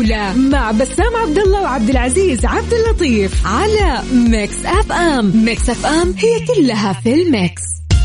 الجولة مع بسام عبد الله وعبد العزيز عبد اللطيف على ميكس اف ام. ميكس اف ام هي كلها في الميكس.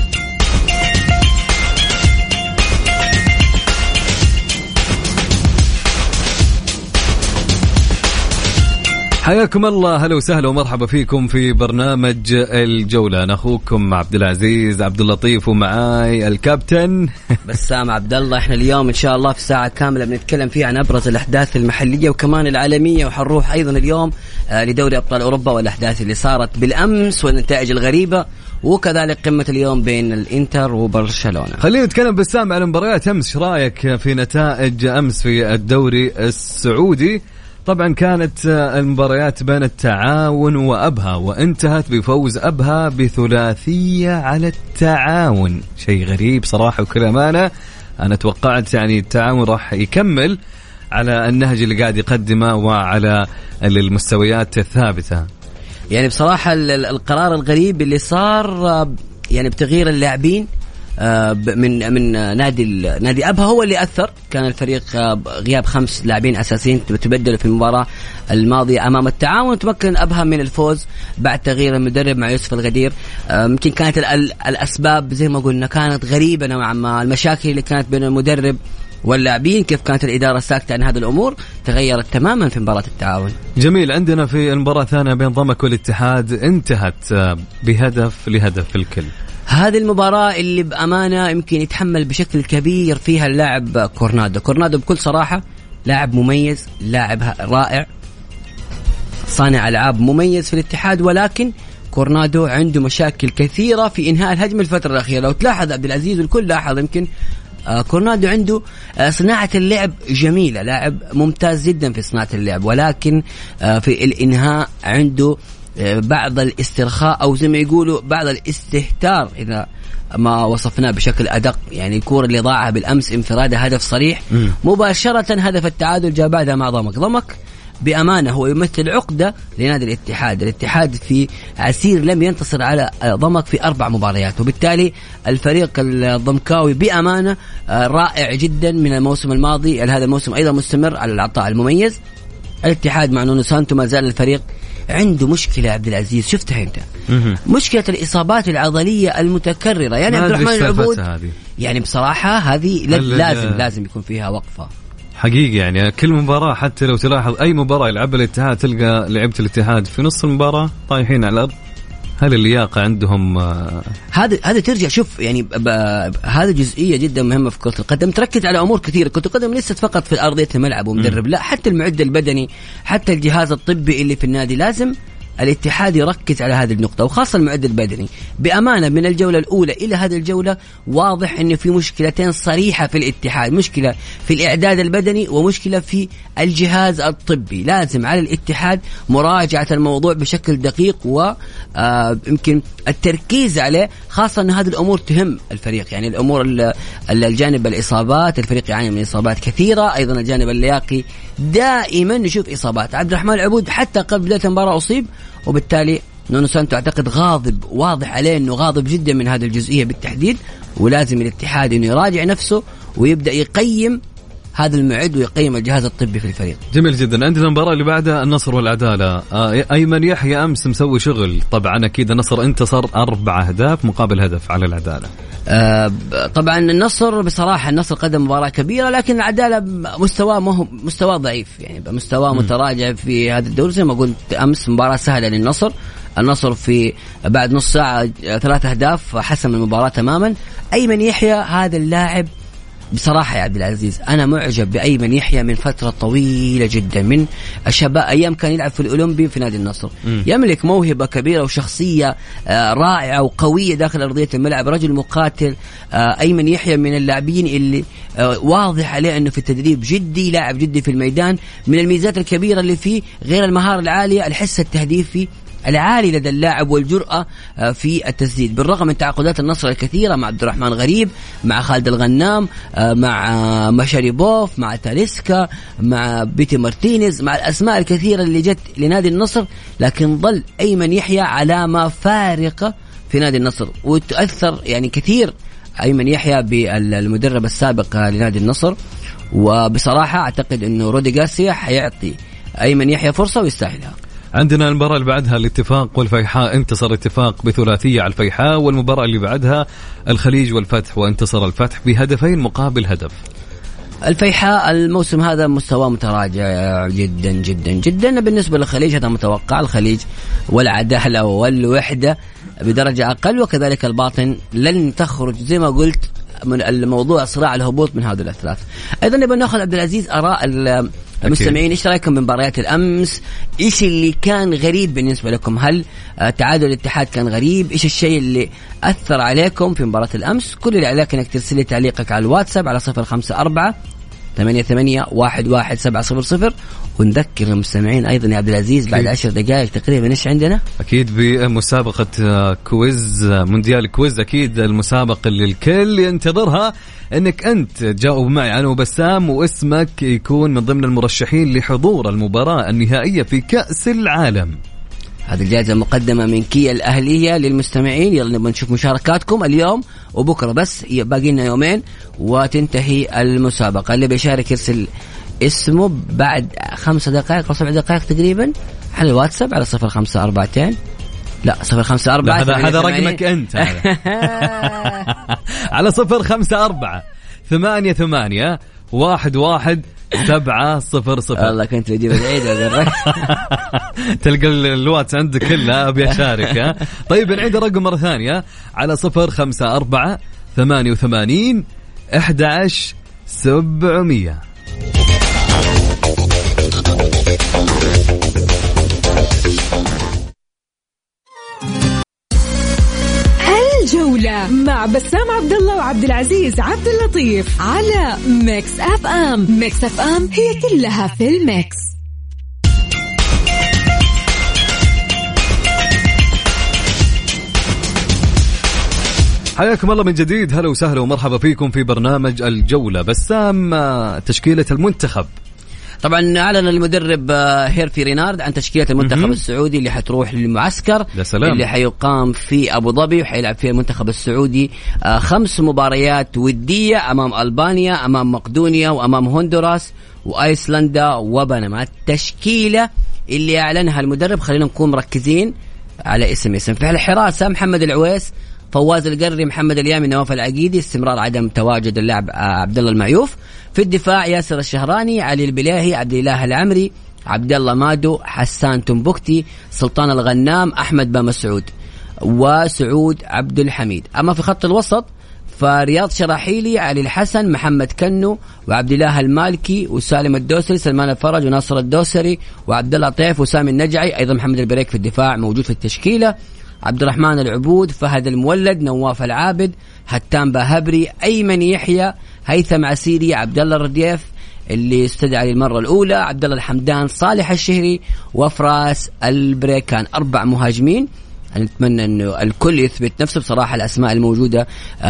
حياكم الله، هلا وسهلا ومرحبا فيكم في برنامج الجولة. أنا أخوكم عبد العزيز عبد اللطيف ومعاي الكابتن بسام عبد الله. احنا اليوم إن شاء الله في ساعة كاملة بنتكلم فيها عن أبرز الأحداث المحلية وكمان العالمية، وحنروح أيضا اليوم لدوري أبطال أوروبا والأحداث اللي صارت بالأمس والنتائج الغريبة، وكذلك قمة اليوم بين الإنتر وبرشلونة. خلينا نتكلم بسام على مباريات أمس. إيش رأيك في نتائج أمس في الدوري السعودي؟ طبعا كانت المباريات بين التعاون وأبها، وانتهت بفوز أبها بثلاثية على التعاون. شيء غريب صراحة وكل أمانة. أنا توقعت يعني التعاون راح يكمل على النهج اللي قاعد يقدمه وعلى المستويات الثابتة. يعني بصراحة القرار الغريب اللي صار يعني بتغيير اللاعبين من نادي أبها هو اللي أثر. كان الفريق غياب 5 لاعبين أساسيين تبدلوا في المباراة الماضية أمام التعاون. تمكن أبها من الفوز بعد تغيير المدرب مع يوسف الغدير. يمكن كانت الأسباب زي ما قلنا كانت غريبة نوعا ما، المشاكل اللي كانت بين المدرب واللاعبين، كيف كانت الإدارة ساكتة عن هذه الأمور، تغيرت تماما في مباراة التعاون. جميل. عندنا في المباراة الثانية بين ضمك والاتحاد انتهت بهدف لهدف الكل. هذه المباراة اللي بأمانة يمكن يتحمل بشكل كبير فيها اللاعب كورنادو بكل صراحة لاعب مميز، لاعب رائع، صانع ألعاب مميز في الاتحاد، ولكن كورنادو عنده مشاكل كثيرة في إنهاء الهجمة الفترة الأخيرة. لو تلاحظ عبد العزيز والكل لاحظ يمكن كورنادو عنده صناعة اللعب جميلة، لاعب ممتاز جدا في صناعة اللعب، ولكن في الإنهاء عنده بعض الاسترخاء أو زي ما يقولوا بعض الاستهتار إذا ما وصفناه بشكل أدق. يعني الكورة اللي ضاعها بالأمس انفرادة هدف صريح مباشرة، هدف التعادل جاء بعدها مع ضمك بأمانة هو يمثل عقدة لنادي الاتحاد في عسير لم ينتصر على ضمك في 4 مباريات، وبالتالي الفريق الضمكاوي بأمانة رائع جدا من الموسم الماضي. هذا الموسم أيضا مستمر على العطاء المميز. الاتحاد مع نونو سانتو ما زال الفريق عنده مشكلة عبد العزيز، شفتها انت، مشكلة الإصابات العضلية المتكررة. يعني عبد الرحمن العبود يعني بصراحة هذه لازم يكون فيها وقفة حقيقي. يعني كل مباراة حتى لو تلاحظ أي مباراة يلعبها الاتحاد تلقى لعبة الاتحاد في نص المباراة طايحين على الأرض. هل اللياقة عندهم هذا ترجع شوف يعني هذا جزئية جدا مهمة في كرة القدم، تركز على أمور كثيرة. كرة القدم ليست فقط في أرضية الملعب ومدرب، لا، حتى المعد البدني، حتى الجهاز الطبي اللي في النادي لازم الاتحاد يركز على هذه النقطة، وخاصة المعد البدني. بأمانة من الجولة الأولى إلى هذه الجولة واضح أنه في مشكلتين صريحة في الاتحاد، مشكلة في الإعداد البدني ومشكلة في الجهاز الطبي. لازم على الاتحاد مراجعة الموضوع بشكل دقيق ويمكن التركيز عليه، خاصة أن هذه الأمور تهم الفريق. يعني الأمور الجانب الإصابات، الفريق يعاني من إصابات كثيرة، أيضا الجانب اللياقي دائما نشوف إصابات. عبد الرحمن العبود حتى قبل بداية المباراة أصيب، وبالتالي نونو سانتو أعتقد غاضب، واضح عليه أنه غاضب جدا من هذه الجزئية بالتحديد، ولازم الاتحاد أنه يراجع نفسه ويبدأ يقيم هذا المعد ويقيم الجهاز الطبي في الفريق. جميل جدا. عندنا المباراة اللي بعدها النصر والعدالة. أيمن يحيى أمس مسوي شغل. طبعا أكيد النصر انتصر 4 أهداف مقابل هدف على العدالة. طبعا النصر بصراحة النصر قدم مباراة كبيرة، لكن العدالة مستوى ضعيف، يعني مستوى متراجع في هذا الدور. زي ما قلت أمس مباراة سهلة للنصر. النصر في بعد نص ساعة 3 أهداف حسم المباراة تماما. أيمن يحيى هذا اللاعب بصراحة يا عبد العزيز أنا معجب بأيمن يحيى من فترة طويلة جدا، من الشباب أيام كان يلعب في الأولمبي في نادي النصر. يملك موهبة كبيرة وشخصية رائعة وقوية داخل أرضية الملعب، رجل مقاتل. أيمن يحيى من اللاعبين اللي واضح عليه أنه في التدريب جدي، لاعب جدي في الميدان. من الميزات الكبيرة اللي فيه غير المهارة العالية، الحس التهديفي العالي لدى اللاعب والجرأة في التسديد، بالرغم من تعاقدات النصر الكثيرة مع عبد الرحمن غريب، مع خالد الغنام، مع مشاريبوف، مع تاليسكا، مع بيتي مارتينيز، مع الأسماء الكثيرة اللي جت لنادي النصر، لكن ظل أيمن يحيى علامة فارقة في نادي النصر. وتأثر يعني كثير أيمن يحيى بالمدرب السابق لنادي النصر، وبصراحة أعتقد أنه رودي غارسيا حيعطي أيمن يحيى فرصة ويستاهلها. عندنا المباراة اللي بعدها الاتفاق والفيحاء، انتصر الاتفاق بثلاثية على الفيحاء، والمباراة اللي بعدها الخليج والفتح، وانتصر الفتح بهدفين مقابل هدف. الفيحاء الموسم هذا مستوى متراجع جدا جدا جدا بالنسبة للخليج، هذا متوقع. الخليج والعدالة والوحدة بدرجة أقل، وكذلك الباطن لن تخرج زي ما قلت من الموضوع صراع الهبوط من هذول الثلاث. أيضا نبغى نأخذ عبد العزيز آراء المستمعين. إيش رأيكم من مباريات الأمس؟ إيش اللي كان غريب بالنسبة لكم؟ هل تعادل الاتحاد كان غريب؟ إيش الشيء اللي أثر عليكم في مباراة الأمس؟ كل اللي عليك إنك ترسل لي تعليقك على الواتساب على 0548811700. ونذكر المستمعين أيضا يا عبد العزيز بعد 10 دقائق تقريبا إيش عندنا؟ أكيد بمسابقة كويز مونديال كويز، أكيد المسابقة اللي الكل ينتظرها، إنك أنت تجاوب معي أنا وبسام واسمك يكون من ضمن المرشحين لحضور المباراة النهائية في كأس العالم. هذه الجائزة مقدمة من كيا الأهلية للمستمعين. يلا نبغى نشوف مشاركاتكم اليوم وبكرة، بس باقي لنا يومين وتنتهي المسابقة. اللي بيشارك يرسل اسمه بعد 5 دقائق أو 7 دقائق تقريبا على الواتساب على 0542 لا 054 هذا رقمك أنت على 0548811700. الله كنت بجيب العيد تلقى الواتس عندك كلها أبي أشارك. طيب نعيد الرقم مرة ثانية على 0548811700. الجولة مع بسام عبد الله وعبد العزيز عبد اللطيف على ميكس اف ام. ميكس اف ام هي كلها في الميكس. حياكم الله من جديد، هلا وسهلا ومرحبا فيكم في برنامج الجولة. بسام، تشكيلة المنتخب طبعا أعلن المدرب هيرفي رينارد عن تشكيلة المنتخب السعودي اللي حتروح للمعسكر اللي حيقام في أبو ظبي، وحيلعب فيها المنتخب السعودي 5 مباريات ودية أمام ألبانيا، أمام مقدونيا، وأمام هندوراس، وآيسلندا، وبنما. التشكيلة اللي أعلنها المدرب خلينا نكون مركزين على اسم في الحراسة: محمد العويس، فواز القري، محمد اليامي، نواف العقيدي، استمرار عدم تواجد اللاعب عبد الله المعيوف. في الدفاع: ياسر الشهراني، علي البلاهي، عبد الله العمري، عبد الله مادو، حسان تنبكتي، سلطان الغنام، أحمد بامسعود، وسعود عبد الحميد. أما في خط الوسط فرياض شراحيلي، علي الحسن، محمد كنو، وعبد الله المالكي، وسالم الدوسري، سلمان الفرج، وناصر الدوسري، وعبد الله طيف، وسامي النجعي. أيضا محمد البريك في الدفاع موجود في التشكيلة. عبد الرحمن العبود، فهد المولد، نواف العابد، هتان باهبري، أيمن يحيى، هيثم عسيري، عبد الله الرديف اللي استدعى للمرة الأولى، عبد الله الحمدان، صالح الشهري، وفراس البريكان. 4 مهاجمين. نتمنى أنه الكل يثبت نفسه. بصراحة الأسماء الموجودة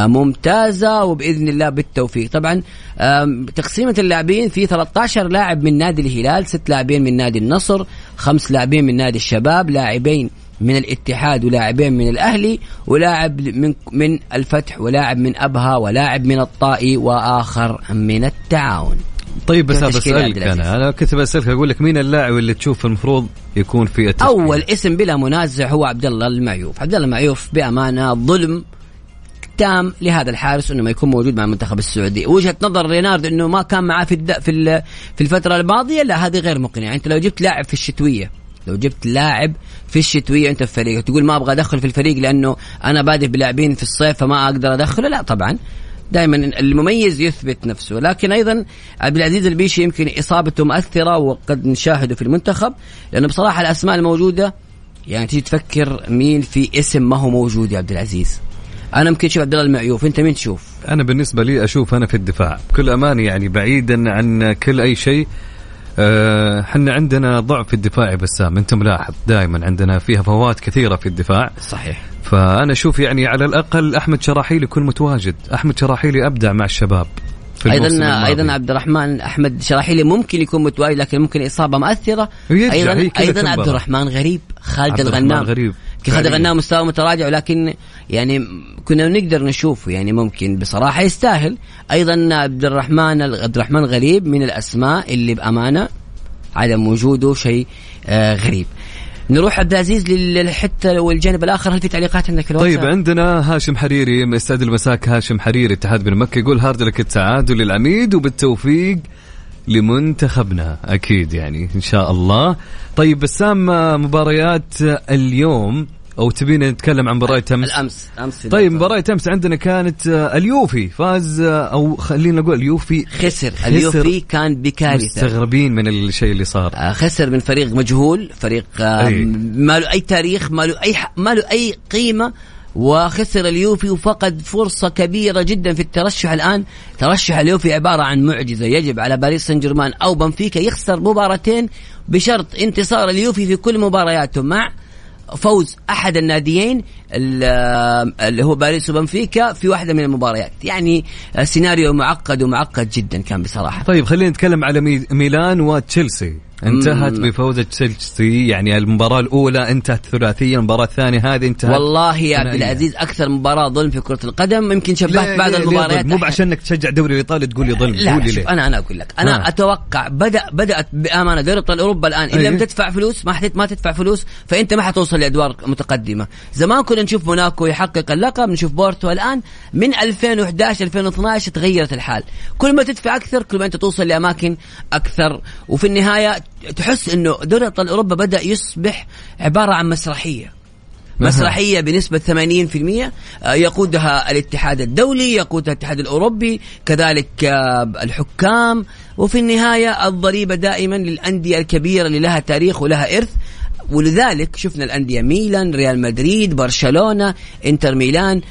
ممتازة وبإذن الله بالتوفيق. طبعا تقسيمة اللاعبين في 13 لاعب من نادي الهلال، 6 لاعبين من نادي النصر، 5 لاعبين من نادي الشباب، لاعبين من الاتحاد، ولاعبين من الأهلي، ولاعب من الفتح، ولاعب من أبها، ولاعب من الطائي، وآخر من التعاون. طيب بس بسألك أنا كنت بسألك أقول لك مين اللاعب اللي تشوف المفروض يكون في التشكيل؟ أول اسم بلا منازع هو عبد الله المعيوف. عبد الله المعيوف بأمانة ظلم تام لهذا الحارس انه ما يكون موجود مع المنتخب السعودي. وجهة نظر رينارد انه ما كان معاه في الفترة الماضية، لا هذه غير مقنعة. انت لو جبت لاعب في الشتوية، انت في فريق تقول ما ابغى ادخل في الفريق لانه انا بادئ بلاعبين في الصيف فما اقدر ادخله، لا طبعا دائما المميز يثبت نفسه. لكن ايضا عبد العزيز البيشي يمكن اصابته مؤثرة وقد نشاهده في المنتخب، لانه بصراحة الاسماء الموجودة يعني تيجي تفكر مين في اسم ما هو موجود يا عبد العزيز. انا ممكن اشوف عبد الله المعيوف، انت مين تشوف؟ انا بالنسبة لي اشوف انا في الدفاع بكل امانة، يعني بعيدا عن كل اي شيء. حنا عندنا ضعف في الدفاع بسام، انت ملاحظ دائما عندنا فيها فوات كثيرة في الدفاع. صحيح. فأنا أشوف يعني على الأقل أحمد شراحيلي يكون متواجد. أحمد شراحيلي أبدع مع الشباب في أيضا عبد الرحمن أحمد شراحيلي ممكن يكون متواجد، لكن ممكن إصابة مؤثرة. أيضا عبد الرحمن غريب، خالد الغنام غريب. قد غناه مستوى متراجع، ولكن يعني كنا نقدر نشوفه يعني ممكن بصراحة يستاهل. أيضا عبد الرحمن غريب من الأسماء اللي بأمانة عدم وجوده شيء غريب. نروح عبد العزيز للحتة والجانب الآخر، هل في تعليقات عندك؟ طيب عندنا هاشم حريري من استاد المساك. هاشم حريري اتحاد بن مكة يقول هارد لك التعادل للعميد وبالتوفيق لمنتخبنا أكيد يعني إن شاء الله. طيب بسام مباريات اليوم أو تبين نتكلم عن مباراة أمس؟ طيب مباراة أمس عندنا كانت اليوفي فاز، أو خلينا نقول اليوفي خسر. اليوفي كان بكارثة، مستغربين من الشيء اللي صار. خسر من فريق مجهول، فريق ما له أي تاريخ، ما له أي قيمة، وخسر اليوفي وفقد فرصة كبيرة جدا في الترشح. الآن ترشح اليوفي عبارة عن معجزة، يجب على باريس سان جيرمان أو بنفيكا يخسر مباراتين بشرط انتصار اليوفي في كل مبارياته مع فوز أحد الناديين اللي هو باريس وبنفيكا في واحدة من المباريات. يعني سيناريو معقد جدا كان بصراحة. طيب خلينا نتكلم على ميلان وتشيلسي. انتهت بفوز تشيلسي، يعني المباراة الأولى انتهت ثلاثية، المباراة الثانية هذه انتهت. والله يا عبد العزيز أكثر مباراة ظلم في كرة القدم يمكن شبهت بعض المباريات. مو عشانك تشجع دوري الإيطالي تقول لي ظلم. لا شوف، أنا أقول لك، أنا أتوقع بدأت بأمانة دوري أبطال أوروبا الآن إن لم تدفع فلوس ما تدفع فلوس فأنت ما حتوصل لأدوار متقدمة. زمان كنا نشوف موناكو يحقق اللقب، نشوف بورتو. الآن من 2011-2012 تغيرت الحال، كل ما تدفع أكثر كل ما أنت توصل لأماكن أكثر، وفي النهاية تحس إنه دوري أبطال أوروبا بدأ يصبح عبارة عن مسرحية بنسبة 80%. يقودها الاتحاد الدولي، يقودها الاتحاد الأوروبي، كذلك الحكام، وفي النهاية الضريبة دائما للأندية الكبيرة اللي لها تاريخ ولها إرث. ولذلك شفنا الأندية ميلان، ريال مدريد، برشلونة، إنتر ميلان،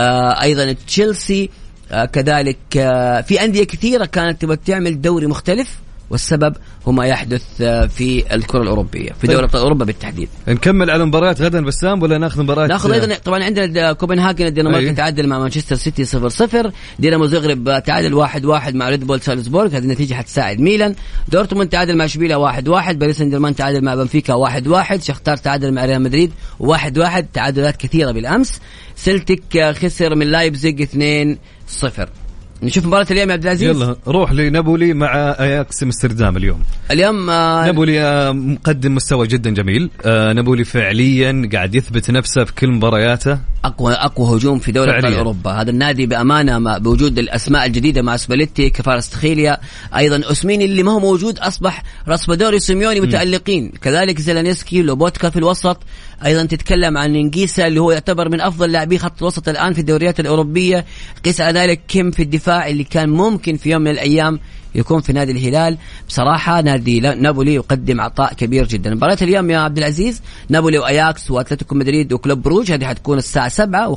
أيضا تشيلسي، كذلك في أندية كثيرة كانت تبغى تعمل دوري مختلف، والسبب هو ما يحدث في الكرة الأوروبية في دوري أبطال أوروبا بالتحديد. نكمل على مباريات غدا بسام ولا ناخذ مباريات؟ ناخذ أيضا طبعا عندنا كوبنهاجن الدنمارك تعادل مع مانشستر سيتي 0-0. دينامو زغرب تعادل 1-1 مع ريد بول سالزبورغ، هذه النتيجة حتساعد ميلان. دورتموند تعادل مع اشبيليا 1-1. باريس سان جيرمان تعادل مع بنفيكا 1-1. شختار تعادل مع ريال مدريد 1-1. تعادلات كثيرة بالأمس. سلتيك خسر من لايبزيغ 2-0. نشوف مباراة اليوم يا عبد العزيز. يلا روح لنابولي مع اياكس امستردام. اليوم نابولي مقدم مستوى جدا جميل. نابولي فعليا قاعد يثبت نفسه في كل مبارياته، اقوى هجوم في دوري ابطال اوروبا. هذا النادي بامانه بوجود الاسماء الجديده مع سباليتي، كفارستخيليا، ايضا اسميني اللي ما هو موجود اصبح راسبادوري، سيميوني متالقين، كذلك زيلانسكي، لوبوتكا في الوسط. ايضا تتكلم عن نينجيسا اللي هو يعتبر من افضل لاعبي خط الوسط الان في الدوريات الاوروبيه. قيس على ذلك كيم في الدفاع اللي كان ممكن في يوم من الايام يكون في نادي الهلال. بصراحة نادي نابولي يقدم عطاء كبير جدا. مباراة اليوم يا عبد العزيز نابولي وأياكس وأتلتيكو مدريد وكلوب بروج، هذه حتكون الساعة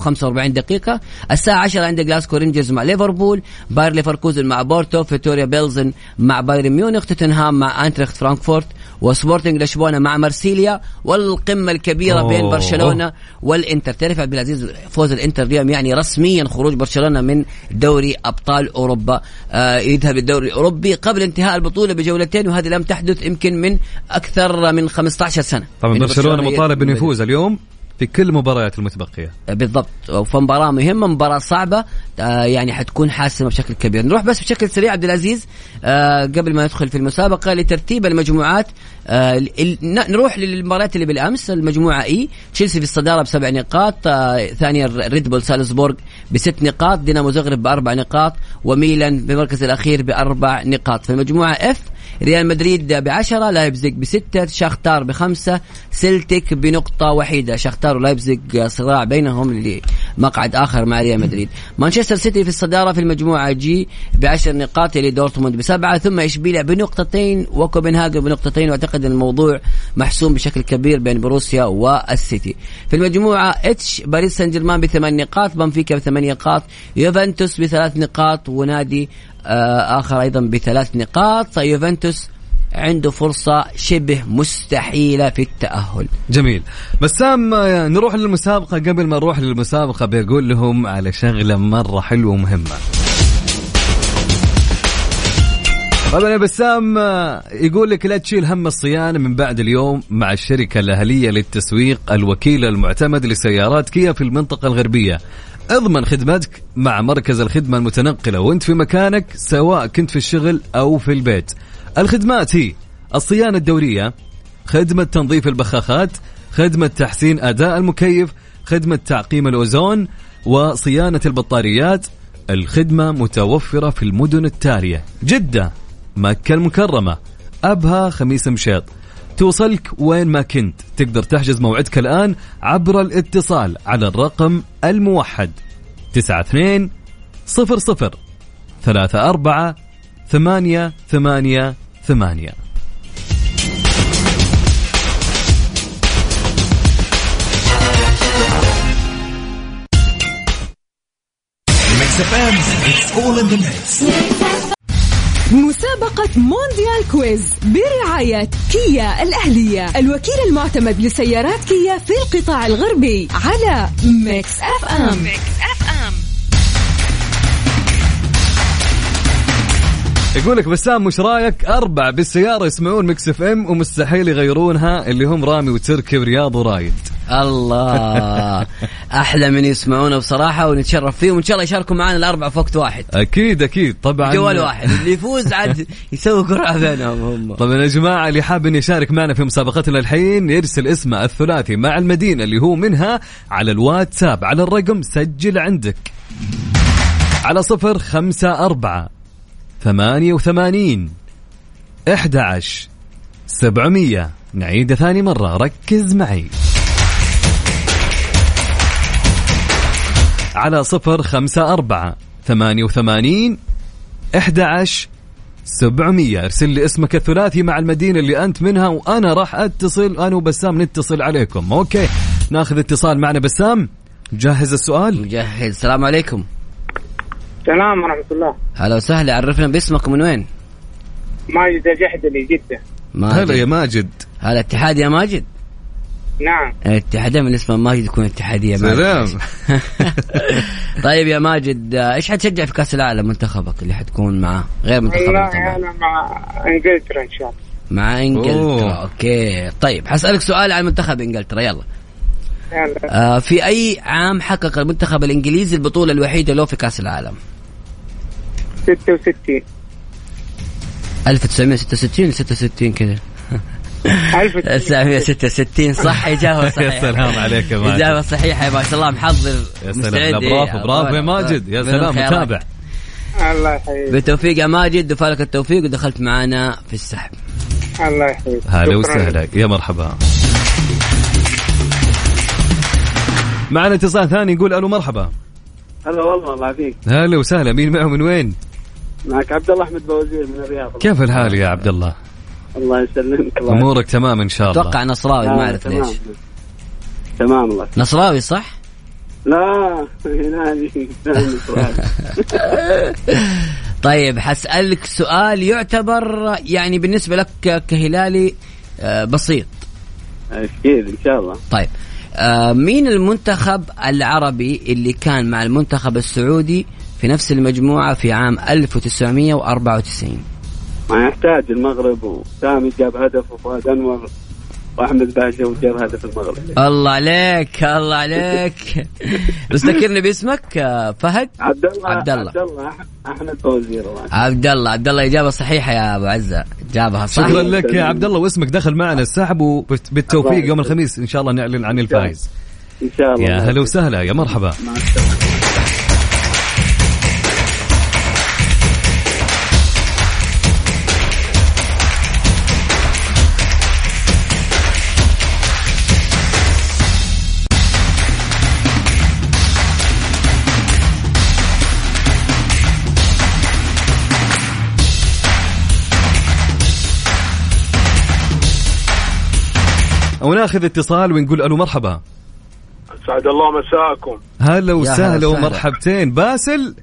7:45. الساعة 10 عندك غلاسكو رينجرز مع ليفربول، باير ليفركوزن مع بورتو، فيتوريا بيلزن مع بايرن ميونخ، توتنهام مع أنترخت فرانكفورت، وسبورتنج لشبونة مع مارسيليا، والقمة الكبيرة بين برشلونة والإنتر. تعرف عبد العزيز فوز الإنتر اليوم يعني رسميا خروج برشلونة من دوري أبطال أوروبا، يذهب الدوري الأوروبي قبل انتهاء البطولة بجولتين، وهذه لم تحدث يمكن من أكثر من 15 سنة. طبعا برشلونة مطالب بأن يفوز اليوم في كل مباريات المتبقية بالضبط، فمباراة مهمة، مباراة صعبة، يعني حتكون حاسمة بشكل كبير. نروح بس بشكل سريع عبد العزيز قبل ما ندخل في المسابقة لترتيب المجموعات. نروح للمباريات اللي بالأمس. المجموعة إي، تشيلسي في الصدارة ب7 نقاط، ثانيا ريد بول سالزبورغ ب6 نقاط، دينامو زغرب ب4 نقاط، وميلان بالمركز الأخير ب4 نقاط. في المجموعة F ريال مدريد ب10، لايبزيغ ب6، شاختار ب5، سلتيك بنقطة واحدة. شاختار ولايبزيغ صراع بينهم لمقعد آخر مع ريال مدريد. مانشستر سيتي في الصدارة في المجموعة جي ب10 نقاط، يلي دورتموند ب7، ثم إشبيليا بنقطتين وكوبنهاجن بنقطتين. واعتقد أن الموضوع محسوم بشكل كبير بين بروسيا والسيتي. في المجموعة اتش باريس سان جيرمان ب8 نقاط، بنفيكا ب8 نقاط، يوفنتوس ب3 نقاط، ونادي آخر أيضا ب3 نقاط. يوفنتوس عنده فرصة شبه مستحيلة في التأهل. جميل. بسام نروح للمسابقة. قبل ما نروح للمسابقة بيقول لهم على شغلة مرة حلوة ومهمة. طبعا يا بسام يقول لك لا تشيل هم الصيانة من بعد اليوم مع الشركة الأهلية للتسويق الوكيل المعتمد لسيارات كيا في المنطقة الغربية. اضمن خدمتك مع مركز الخدمة المتنقلة وانت في مكانك سواء كنت في الشغل أو في البيت. الخدمات هي الصيانة الدورية، خدمة تنظيف البخاخات، خدمة تحسين أداء المكيف، خدمة تعقيم الأوزون، وصيانة البطاريات. الخدمة متوفرة في المدن التالية: جدة، مكة المكرمة، أبها، خميس مشيط. توصلك وين ما كنت. تقدر تحجز موعدك الآن عبر الاتصال على الرقم الموحد 92 00 34 888. مسابقة مونديال كويز برعاية كيا الأهلية، الوكيل المعتمد لسيارات كيا في القطاع الغربي، على ميكس اف ام. يقولك بسام مش رايك 4 بالسيارة يسمعون ميكس اف ام ومستحيل يغيرونها، اللي هم رامي وتركي ورياض ورايد. الله أحلى من يسمعونه بصراحة، ونتشرف فيهم وإن شاء الله يشاركوا معنا ال4 في وقت واحد. أكيد طبعا، جوال واحد، اللي يفوز عاد يسوي قرعة بينهم هم. طبعا يا جماعة اللي حاب أن يشارك معنا في مسابقتنا الحين يرسل اسمه الثلاثي مع المدينة اللي هو منها على الواتساب على الرقم سجل عندك على 054 88 11 700. نعيد ثاني مرة، ركز معي، على 054 88 11 700. ارسل لي اسمك الثلاثي مع المدينة اللي أنت منها وأنا راح أتصل، أنا وبسام نتصل عليكم. أوكي، ناخذ اتصال معنا. بسام جاهز السؤال؟ مجهز. السلام عليكم. السلام ورحمة الله. هلا وسهلا، عرفنا باسمك من وين؟ ماجد الجحدلي، جدة. هلا يا ماجد. هلا اتحاد يا ماجد. نعم. اتحاد من اسمه ماجد يكون اتحادية. سلام. طيب يا ماجد، ايش حتشجع في كأس العالم منتخبك اللي حتكون معه غير منتخب؟ أنا مع إنجلترا إن شاء الله. مع إنجلترا. أوكي طيب حسألك سؤال عن منتخب إنجلترا. يلا. في أي عام حقق المنتخب الإنجليزي البطولة الوحيدة له في كأس العالم؟ 66. 1966 66 كذا. 1966 صح، إجابة صحيحة. يا سلام عليك يا ماجد، إجابة صحيحة ما شاء الله، محضر مستعد. برافو يا ماجد، يا سلام، متابع. الله يحييك. بالتوفيق يا ماجد، وفالك التوفيق ودخلت معنا في السحب. الله يحييك. هلا وسهلا، يا مرحبا. معنا اتصال ثاني، يقول الو مرحبا. هلا والله، الله يعافيك. هلا وسهلا، مين معه من وين؟ معك عبد الله أحمد بوزير من الرياض. كيف الحال يا عبد الله؟ الله يسلمك. امورك تمام ان شاء الله؟ اتوقع نصراوي، ما اعرف ليش. تمام الله. نصراوي صح؟ لا هلالي. طيب حسألك سؤال يعتبر يعني بالنسبة لك كهلالي بسيط. أكيد إن شاء الله. طيب مين المنتخب العربي اللي كان مع المنتخب السعودي في نفس المجموعة في عام 1994؟ ما يحتاج المغرب، وسامي جاب هدف، وفؤاد أنور وأحمد بهجة وجاب هدف المغرب. الله عليك الله عليك. بس ذكرني باسمك. فهد عبد الله. عبد الله أحمد بوزير. عبد الله إجابة صحيحة يا أبو عزة، جابها صح. شكرا لك يا عبد الله، واسمك دخل معنا السحب، وبالتوفيق يوم الخميس إن شاء الله نعلن عن الفائز إن شاء الله. يا هلا وسهلا، يا مرحبا. وناخذ اتصال ونقول الو مرحبا. سعد الله مساءكم. هلا وسهلا ومرحبتين. باسل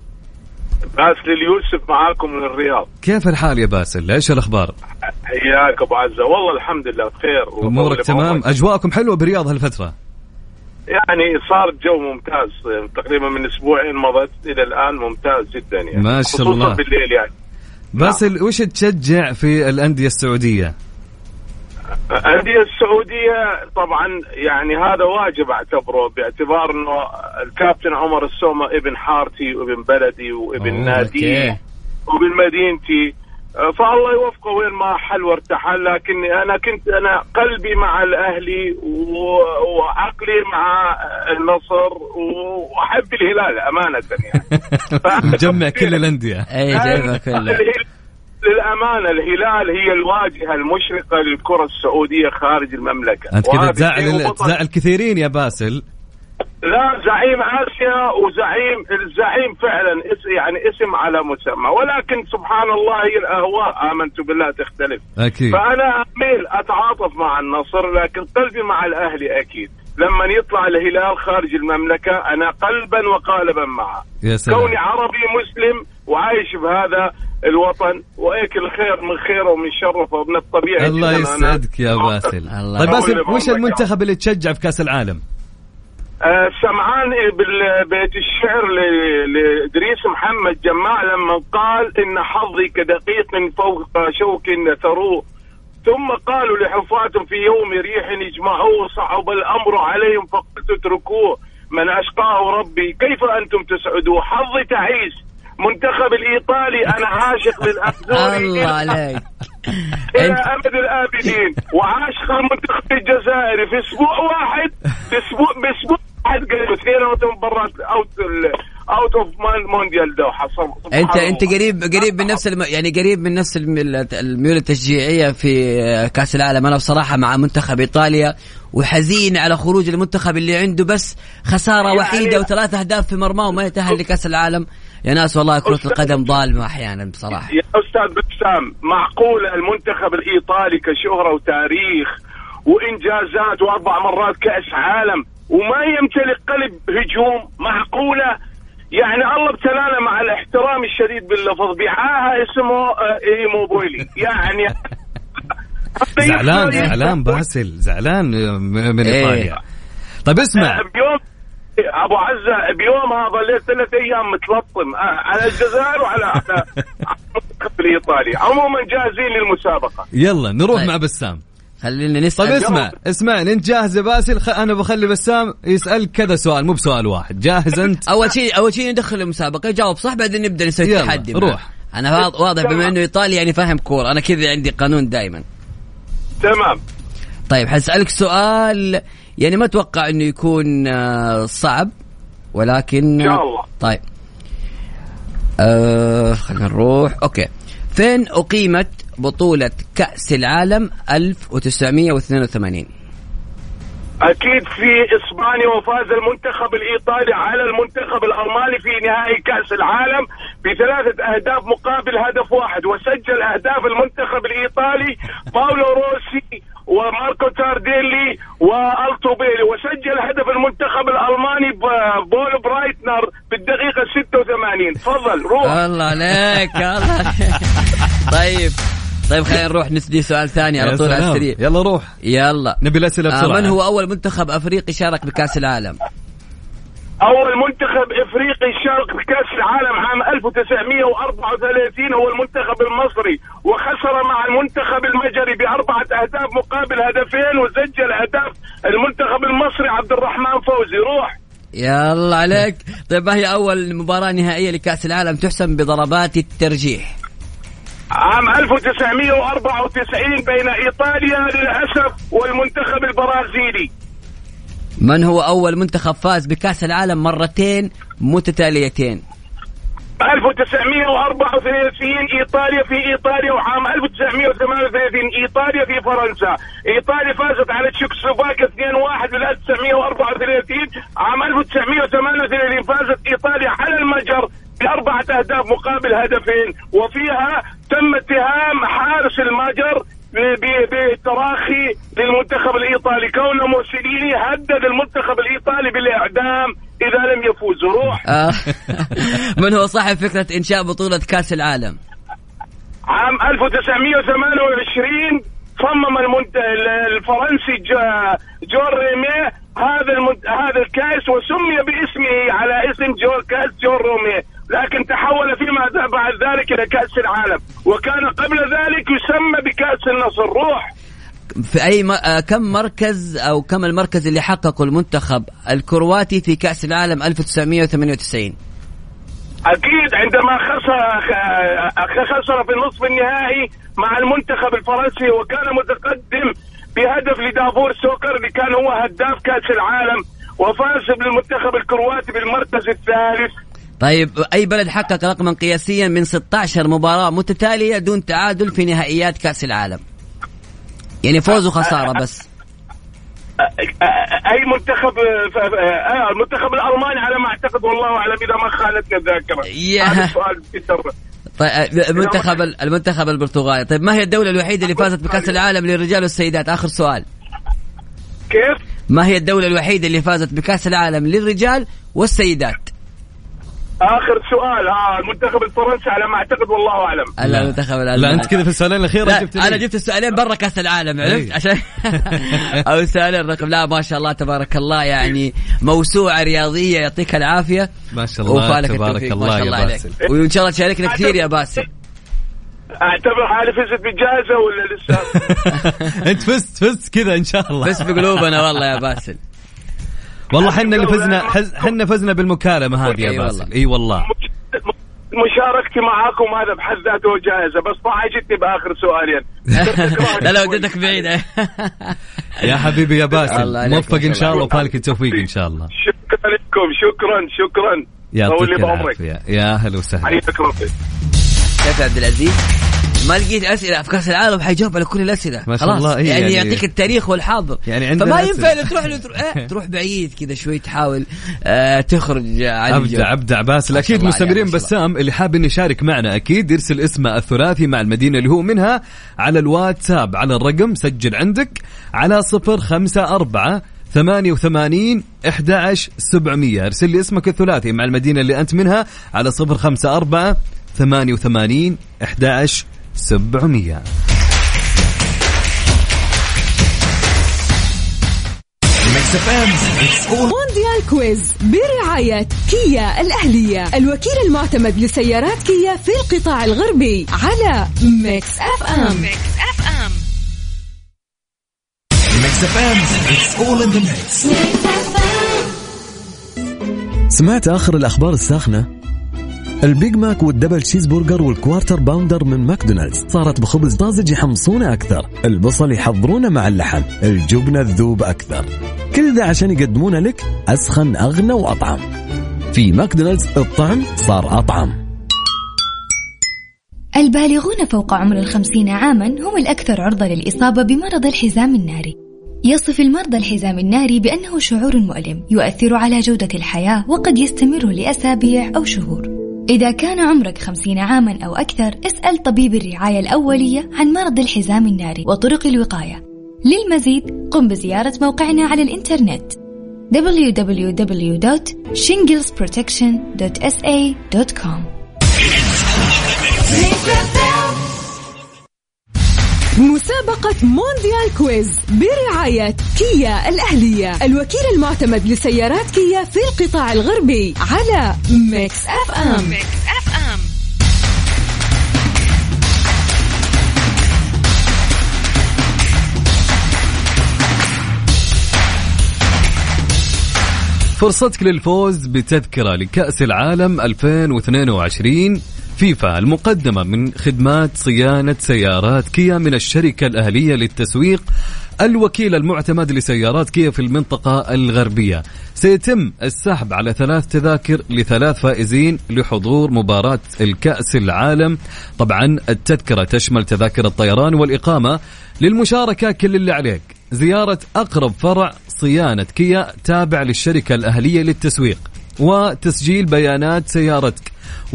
اليوسف معاكم من الرياض. كيف الحال يا باسل؟ ايش الاخبار؟ حياك ابو عزة. والله الحمد لله بخير. امورك تمام؟ اجواءكم حلوه برياض هالفتره؟ يعني صار الجو ممتاز تقريبا من اسبوعين مضت الى الان، ممتاز جدا يعني، ما شاء الله. بالليل يعني بس وش تشجع في الأندية السعودية؟ الأندية السعودية طبعا يعني هذا واجب أعتبره، باعتبار أنه الكابتن عمر السومة ابن حارتي وابن بلدي وابن نادي وابن مدينتي، فالله يوفقه وين ما حل وارتحل. لكن أنا قلبي مع الأهلي وعقلي مع النصر وأحب الهلال أمانة يعني. مجمع كل الأندية. للأمانة الهلال هي الواجهة المشرقة للكرة السعودية خارج المملكة. أنت كذا تزعل كثيرين يا باسل. لا، زعيم آسيا الزعيم فعلا يعني اسم على مسمى، ولكن سبحان الله هي الأهواء آمنت بالله تختلف. أكيد. فأنا أميل أتعاطف مع النصر، لكن قلبي مع الأهلي أكيد. لما يطلع الهلال خارج المملكة أنا قلبا وقالبا معه، كوني عربي مسلم وعايش بهذا الوطن وأكل خير من خيره ومن شرفه ومن الطبيعي. الله يسعدك يا باسل. طيب باسل، وش المنتخب اللي تشجع في كأس العالم؟ سمعان بالبيت الشعر لإدريس محمد جماع لما قال إن حظي كدقيق فوق شوك ثروه، ثم قالوا لحفاة في يوم ريح اجمعوه صعب الأمر عليهم فقلت اتركوه من أشقاه ربي كيف أنتم تسعدوا حظي تعيس منتخب الإيطالي أنا عاشق للأبزوري الله عليك إلى أبد الآبدين، وعاشق المنتخب الجزائري في أسبوع واحد بأسبوع قالوا 2 مباريات اوت اوف مونديال دوحة. انت قريب من نفس يعني قريب من نفس الميول التشجيعيه في كاس العالم. انا بصراحه مع منتخب ايطاليا وحزين على خروج المنتخب اللي عنده بس خساره يعني وحيده و3 أهداف في مرماه وما يتأهل لكاس العالم. يا ناس والله كرة القدم ظالمه احيانا بصراحه. يا استاذ بسام، معقول المنتخب الايطالي كشهره وتاريخ وانجازات و4 مرات كاس عالم وما يمتلك قلب هجوم؟ معقولة؟ يعني الله ابتلانا مع الاحترام الشديد باللفظ بعاها اسمه إيموبيلي يعني زعلان باسل، زعلان من إيطاليا. طيب اسمع، بيوم أبو عزة بيوم هذا ظليت 3 أيام متلطم على الجزائر وعلى المنتخب الإيطالي. عموما جاهزين للمسابقة، يلا نروح مع بسام. خلينا نسأل. طيب اسمع انت جاهز يا باسل؟ انا بخلي بسام يسأل كذا سؤال مو بسؤال واحد. جاهز انت؟ اول شيء ندخل المسابقة يجاوب صح بعدين نبدا نسوي تحدي. روح. انا واضح بما انه ايطالي يعني فاهم كورة، انا كذا عندي قانون دائما. تمام. طيب حسألك سؤال يعني ما اتوقع انه يكون صعب ولكن ان شاء الله. طيب خلينا نروح. اوكي، فين أقيمت بطولة كأس العالم 1982؟ أكيد في إسبانيا، وفاز المنتخب الإيطالي على المنتخب الألماني في نهائي كأس العالم ب3 أهداف مقابل هدف واحد، وسجل أهداف المنتخب الإيطالي باولو روسي وماركو تارديلي والتوبيلي، وسجل هدف المنتخب الألماني بول برايتنر في الدقيقة 86. تفضل روح. الله عليك الله. طيب خلينا نروح نسدي سؤال ثاني على طول على السريع. يلا روح. يلا نبي الأسئلة بسرعة. من هو أول منتخب أفريقي شارك بكأس العالم؟ أول منتخب إفريقي شارك بكأس العالم عام 1934 هو المنتخب المصري، وخسر مع المنتخب المجري ب4 أهداف مقابل هدفين، وسجل أهداف المنتخب المصري عبد الرحمن فوزي. روح. يلا عليك. طيب ما هي أول مباراة نهائية لكأس العالم تحسم بضربات الترجيح؟ عام 1994 بين إيطاليا للأسف والمنتخب البرازيلي. من هو أول منتخب فاز بكأس العالم مرتين متتاليتين؟ 1934 إيطاليا في إيطاليا، وعام 1938 إيطاليا في فرنسا. إيطاليا فازت على تشيكوسلوفاكيا 2-1 في 1934. عام 1938 فازت إيطاليا على المجر ب4 أهداف مقابل هدفين، وفيها تم اتهام حارس المجر بالتراخي للمنتخب الإيطالي كونه موسوليني هدد المنتخب الإيطالي بالإعدام إذا لم يفوز. روح. من هو صاحب فكرة إنشاء بطولة كأس العالم؟ عام 1928 صمم الفرنسي جون ريمي هذا الكأس وسمي باسمه على اسم كأس جون ريمي، لكن تحول فيما بعد ذلك إلى كأس العالم، وكان قبل ذلك يسمى بكأس النصر. روح في أي كم مركز أو كم المركز اللي حققه المنتخب الكرواتي في كأس العالم 1998؟ أكيد عندما خسر في النصف النهائي مع المنتخب الفرنسي، وكان متقدم بهدف لدافور سوكر اللي كان هو هداف كأس العالم، وفاز بالمنتخب الكرواتي بالمركز الثالث. طيب أي بلد حقق رقما قياسيا من 16 مباراة متتالية دون تعادل في نهائيات كأس العالم؟ يعني فوز وخسارة بس. أي منتخب؟ المنتخب الألماني على ما أعتقد، والله أعلم إذا ما خانتني الذاكرة. هذا السؤال بالترة. طيب المنتخب البرتغالي. طيب ما هي الدولة الوحيدة اللي فازت بكأس العالم للرجال والسيدات؟ آخر سؤال. كيف؟ ما هي الدولة الوحيدة اللي فازت بكأس العالم للرجال والسيدات؟ آخر سؤال. المنتخب الفرنسي على ما أعتقد، والله أعلم. لا المنتخب الألماني. لا أنت كذا في السؤالين الأخيرة أنا جبت السؤالين برا كأس العالم، عرفت عشان أو السؤالين الرقم. لا ما شاء الله تبارك الله، يعني موسوعة رياضية، يعطيك العافية. ما شاء الله تبارك الله يا باسل، وإن شاء الله تشاركنا كثير يا باسل. اعتبر حالي فزت بالجائزة ولا لسه؟ أنت فزت كذا إن شاء الله. بس بقلوبنا والله يا باسل. والله حنا اللي فزنا، حنا فزنا بالمكالمة هذه يا باسل. اي والله مشاركتي معاكم هذا بحد ذاته جائزة، بس طاعجتني بآخر سؤالين. لا ودتك بعيدة. يا حبيبي يا باسل، موفق إن شاء الله وفالك التوفيق إن شاء الله. شكرا لكم، شكرا. يعطيك العافية. يا هلا وسهلا. حياك ربي. كيف عبد العزيز؟ ما لقيت أسئلة في كأس العالم حيجاوب على كل الأسئلة. ما شاء الله. يعني يعطيك التاريخ والحاضر، يعني فما ينفع تروح بعيد كذا شوي، تحاول تخرج عن أبدع باسل. أكيد مستمرين. بسام اللي حاب إنه يشارك معنا أكيد يرسل اسمه الثلاثي مع المدينة اللي هو منها على الواتساب على الرقم، سجل عندك على 054 88 11 700. ارسل لي اسمك الثلاثي مع المدينة اللي أنت منها على 054 88 11 700. مونديال كويز برعاية كيا الأهلية، الوكيل المعتمد لسيارات كيا في القطاع الغربي، على ميكس اف ام. سمعت آخر الأخبار الساخنة؟ البيج ماك والدبل تشيز برجر والكوارتر باوندر من ماكدونالدز صارت بخبز طازج يحمصونه أكثر، البصل يحضرونه مع اللحم، الجبنة الذوب أكثر، كل ده عشان يقدمونه لك أسخن أغنى وأطعم. في ماكدونالدز الطعم صار أطعم. البالغون فوق عمر 50 عاما هم الأكثر عرضة للإصابة بمرض الحزام الناري. يصف المرضى الحزام الناري بأنه شعور مؤلم يؤثر على جودة الحياة وقد يستمر لأسابيع أو شهور. إذا كان عمرك 50 عاما أو أكثر، اسأل طبيب الرعاية الأولية عن مرض الحزام الناري وطرق الوقاية. للمزيد قم بزيارة موقعنا على الإنترنت www.shinglesprotection.sa.com. مسابقة مونديال كويز برعاية كيا الأهلية، الوكيل المعتمد لسيارات كيا في القطاع الغربي، على ميكس اف ام. فرصتك للفوز بتذكرة لكأس العالم 2022 فيفا المقدمة من خدمات صيانة سيارات كيا من الشركة الأهلية للتسويق، الوكيل المعتمد لسيارات كيا في المنطقة الغربية. سيتم السحب على 3 تذاكر ل3 فائزين لحضور مباراة الكأس العالم. طبعا التذكرة تشمل تذاكر الطيران والإقامة. للمشاركة كل اللي عليك زيارة أقرب فرع صيانة كيا تابع للشركة الأهلية للتسويق وتسجيل بيانات سيارتك،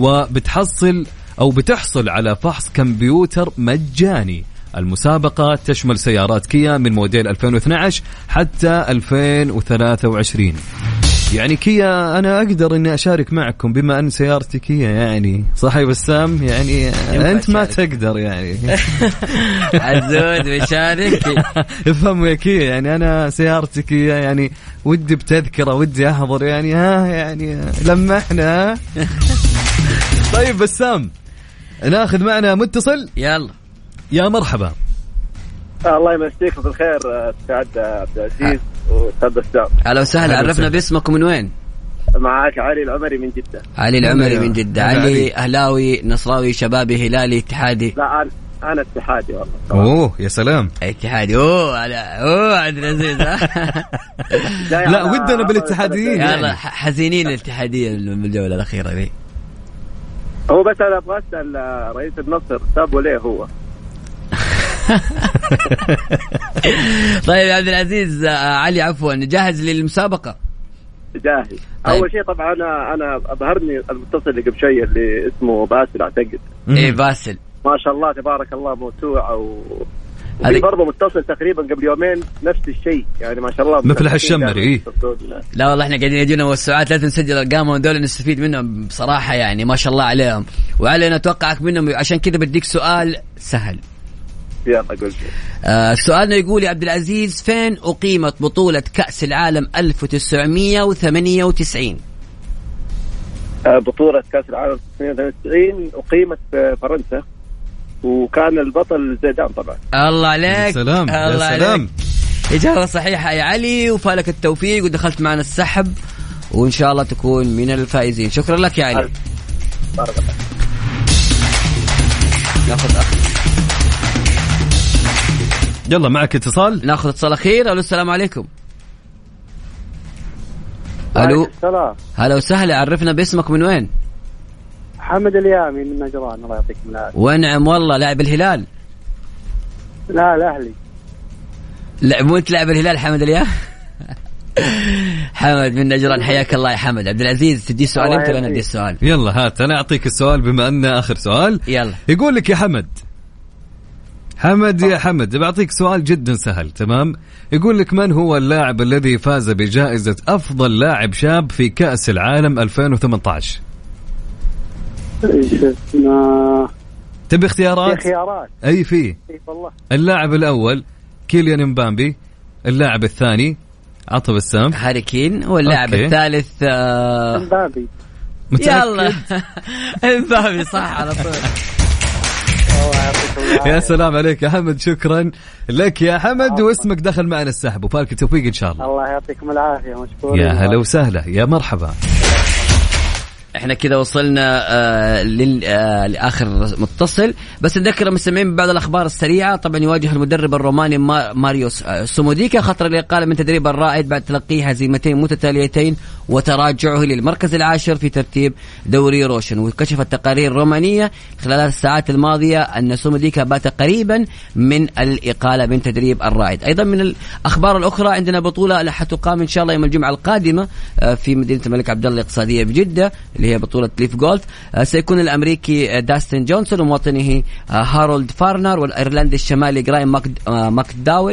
بتحصل على فحص كمبيوتر مجاني. المسابقة تشمل سيارات كيا من موديل 2012 حتى 2023. يعني كيا أنا أقدر إني أشارك معكم بما أن سيارتي كيا يعني صح يا بسام يعني أنت ما تقدر يعني عزوز بيشارك افهموا يا كيا يعني أنا سيارتي كيا يعني ودي بتذكرة ودي أحضر يعني يعني لما إحنا طيب بسام ناخذ معنا متصل. يلا يا مرحبا. الله يمسيكم بالخير سعد عبد العزيز وسعد السام. اهلا وسهلا. عرفنا باسمك من وين؟ معك علي العمري من جدة. علي العمري من جدة. علي أهلاوي نصراوي شبابي هلالي اتحادي؟ لا أنا اتحادي والله. أوه يا سلام اتحادي. أوه عبد العزيز. لا ودنا بالاتحاديين يلا حزينين الاتحادية بالجولة الأخيرة ذي. هو بس أنا أبغى أسأل رئيس النصر سابوا ليه هو؟ طيب يا عبد العزيز. علي عفوا جاهز للمسابقة؟ جاهز. طيب. أول شيء طبعا أنا أبهرني المتصل اللي قبل شيء اللي اسمه باسل أعتقد. إيه باسل ما شاء الله تبارك الله موسوعة وفي برضه متصل تقريبا قبل يومين نفس الشيء يعني ما شاء الله مثل هالشمري. لا والله احنا قاعدين يجونا موسوعات لازم نسجل ارقامهم دول نستفيد منهم بصراحة يعني ما شاء الله عليهم. وعلينا نتوقعك منهم عشان كذا بديك سؤال سهل. يلا قول. سؤالنا يقول يا عبد العزيز فين أقيمت بطولة كأس العالم 1998؟ بطولة كأس العالم 1998 أقيمت في فرنسا وكان البطل زيدان طبعا. الله عليك. سلام. الله يا سلام. عليك. إجابة صحيحة يا علي وفالك التوفيق ودخلت معنا السحب وإن شاء الله تكون من الفائزين. شكرا لك يا علي. بارك الله. ناخذ يلا معك اتصال. ناخذ اتصال أخير. ألو السلام عليكم. ألو السلام. هلا وسهلا. عرفنا باسمك من وين؟ محمد اليامي من نجران. الله يعطيك من العافية. ونعم والله. لاعب الهلال؟ لا الأهلي. لا مو انت لاعب الهلال حمد اليامي. حمد من نجران حياك الله يا حمد. عبد العزيز تدي سؤال انت ولا ندي السؤال؟ يلا هات انا اعطيك السؤال بما انه اخر سؤال. يلا. يقول لك يا حمد يا حمد بعطيك سؤال جدا سهل تمام. يقول لك من هو اللاعب الذي فاز بجائزة أفضل لاعب شاب في كأس العالم 2018؟ تبي اختيارات؟ أي فيه. اللاعب الأول كيليان مبابي. اللاعب الثاني عطب السام هاري كين. واللاعب الثالث مبابي. يلا مبابي صح على طول. يا سلام عليك يا حمد. شكرا لك يا حمد واسمك دخل معنا السحب وفالك التوفيق إن شاء الله. الله يعطيكم العافية. مشكور. يا هلا وسهلا يا مرحبا. احنا كذا وصلنا لآخر متصل. بس نذكر المستمعين ببعض الأخبار السريعة. طبعا يواجه المدرب الروماني ماريو سوموديكا خطر الإقالة من تدريب الرائد بعد تلقيه هزيمتين متتاليتين وتراجعه للمركز العاشر في ترتيب دوري روشن. وكشفت تقارير رومانية خلال الساعات الماضية أن سوموديكا بات قريبا من الإقالة من تدريب الرائد. أيضا من الأخبار الأخرى عندنا بطولة حتقام إن شاء الله يوم الجمعة القادمة في مدينة الملك عبدالله الاقتصادية بجدة اللي هي بطولة ليف جولف. سيكون الأمريكي داستن جونسون ومواطنه هارولد فارنر والأيرلندي الشمالي جرايم ماكداويل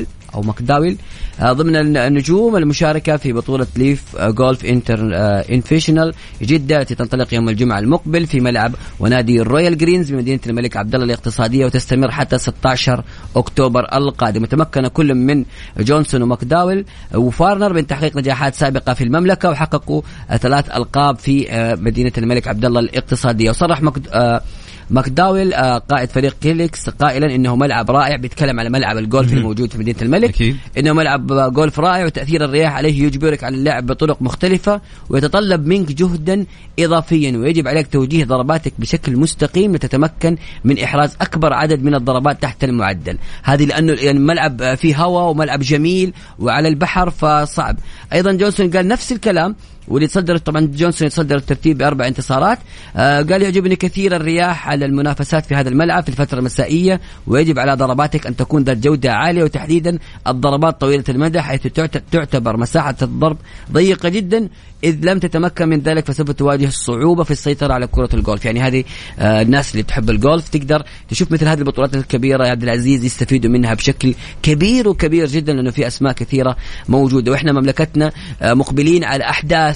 ضمن النجوم المشاركة في بطولة ليف جولف انفيشنال جدة التي تنطلق يوم الجمعة المقبل في ملعب ونادي الرويال جرينز بمدينة الملك عبدالله الاقتصادية وتستمر حتى 16 أكتوبر القادم. تمكن كل من جونسون وماكداويل وفارنر من تحقيق نجاحات سابقة في المملكة وحققوا 3 ألقاب في مدينة الملك عبدالله الاقتصادية. وصرح ماكداويل قائد فريق كيليكس قائلا انه ملعب رائع. بيتكلم على ملعب الجولف الموجود في مدينة الملك أكيد. انه ملعب جولف رائع وتأثير الرياح عليه يجبرك على اللعب بطرق مختلفة ويتطلب منك جهدا اضافيا ويجب عليك توجيه ضرباتك بشكل مستقيم لتتمكن من احراز اكبر عدد من الضربات تحت المعدل. هذه لانه يعني الملعب فيه هواء وملعب جميل وعلى البحر فصعب. ايضا جونسون قال نفس الكلام واللي تصدر طبعا جونسون يتصدر الترتيب ب4 انتصارات. قال يعجبني كثير الرياح على المنافسات في هذا الملعب في الفترة المسائية ويجب على ضرباتك أن تكون ذات جودة عالية وتحديدا الضربات طويلة المدى حيث تعتبر مساحة الضرب ضيقة جدا إذ لم تتمكن من ذلك فسوف تواجه صعوبة في السيطرة على كرة الجولف. يعني هذه الناس اللي بتحب الجولف تقدر تشوف مثل هذه البطولات الكبيرة يا عبد العزيز يستفيدوا منها بشكل كبير وكبير جدا لأنه في أسماء كثيرة موجودة. وإحنا مملكتنا مقبلين على أحداث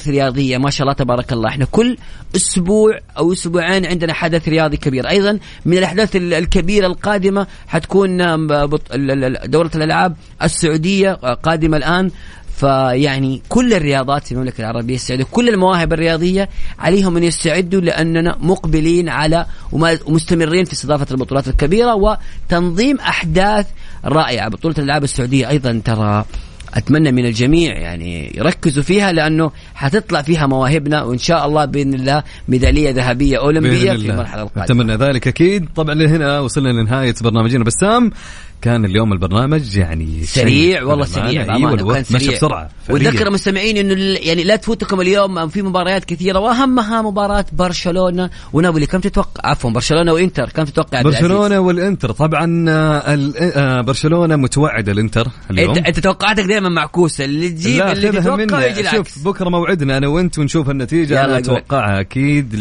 أحداث رياضية ما شاء الله تبارك الله. إحنا كل أسبوع أو أسبوعين عندنا حدث رياضي كبير. أيضا من الأحداث الكبيرة القادمة حتكون دورة الألعاب السعودية قادمة الآن. فيعني كل الرياضات في المملكة العربية السعودية كل المواهب الرياضية عليهم أن يستعدوا، لأننا مقبلين على ومستمرين في استضافة البطولات الكبيرة وتنظيم أحداث رائعة. بطولة الألعاب السعودية أيضا ترى أتمنى من الجميع يعني يركزوا فيها، لأنه حتطلع فيها مواهبنا، وإن شاء الله بإذن الله ميدالية ذهبية أولمبية في المرحلة القادمة. أتمنى ذلك أكيد. طبعا لهنا وصلنا لنهاية برنامجنا. بسام، كان اليوم البرنامج يعني سريع والله، سريع أيوة كان سريع بسرعة. وذكر المستمعين إنه يعني لا تفوتكم اليوم في مباريات كثيرة، وأهمها مباراة برشلونة ونابولي. كم تتوقع؟ عفوا برشلونة وإنتر، كم تتوقع؟ برشلونة والإنتر طبعا برشلونة متوعد الإنتر اليوم. أنت توقعاتك دائما معكوسة، اللي تجيب اللي تتوقع يجي العكس. شوف بكرة موعدنا أنا وأنت ونشوف النتيجة. أنا أتوقعها أكيد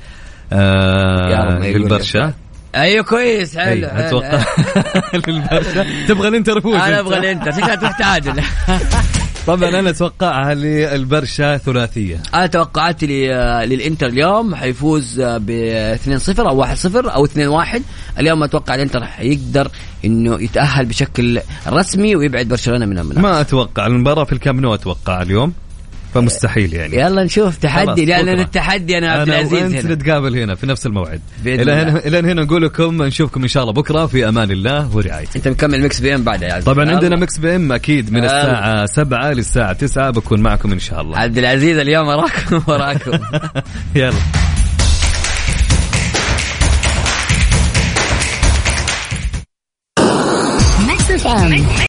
للبرشا. ايوه كويس، حلو. اتوقع للبرشا. تبغى الانتر يفوز؟ انا ابغى الانتر، شكلها تروح تعادل. طبعا انا اتوقعها للبرشا ثلاثيه. انا توقعاتي للانتر اليوم حيفوز ب 2-0 او 1-0 او 2-1. اليوم اتوقع الانتر حيقدر انه يتاهل بشكل رسمي ويبعد برشلونه من المنافسه. ما اتوقع المباراه في الكامب نو، اتوقع اليوم فمستحيل يعني. يلا نشوف تحدي، لأن التحدي أنا عبد العزيز هنا نتقابل هنا في نفس الموعد. إلى هنا نقول لكم نشوفكم إن شاء الله بكرة في أمان الله ورعايته. أنت مكمل ميكس بي إم بعد يا عزيز؟ طبعا عندنا ميكس بي إم أكيد من الساعة 7 للساعة 9 بكون معكم إن شاء الله. عبد العزيز اليوم وراكم. يلا.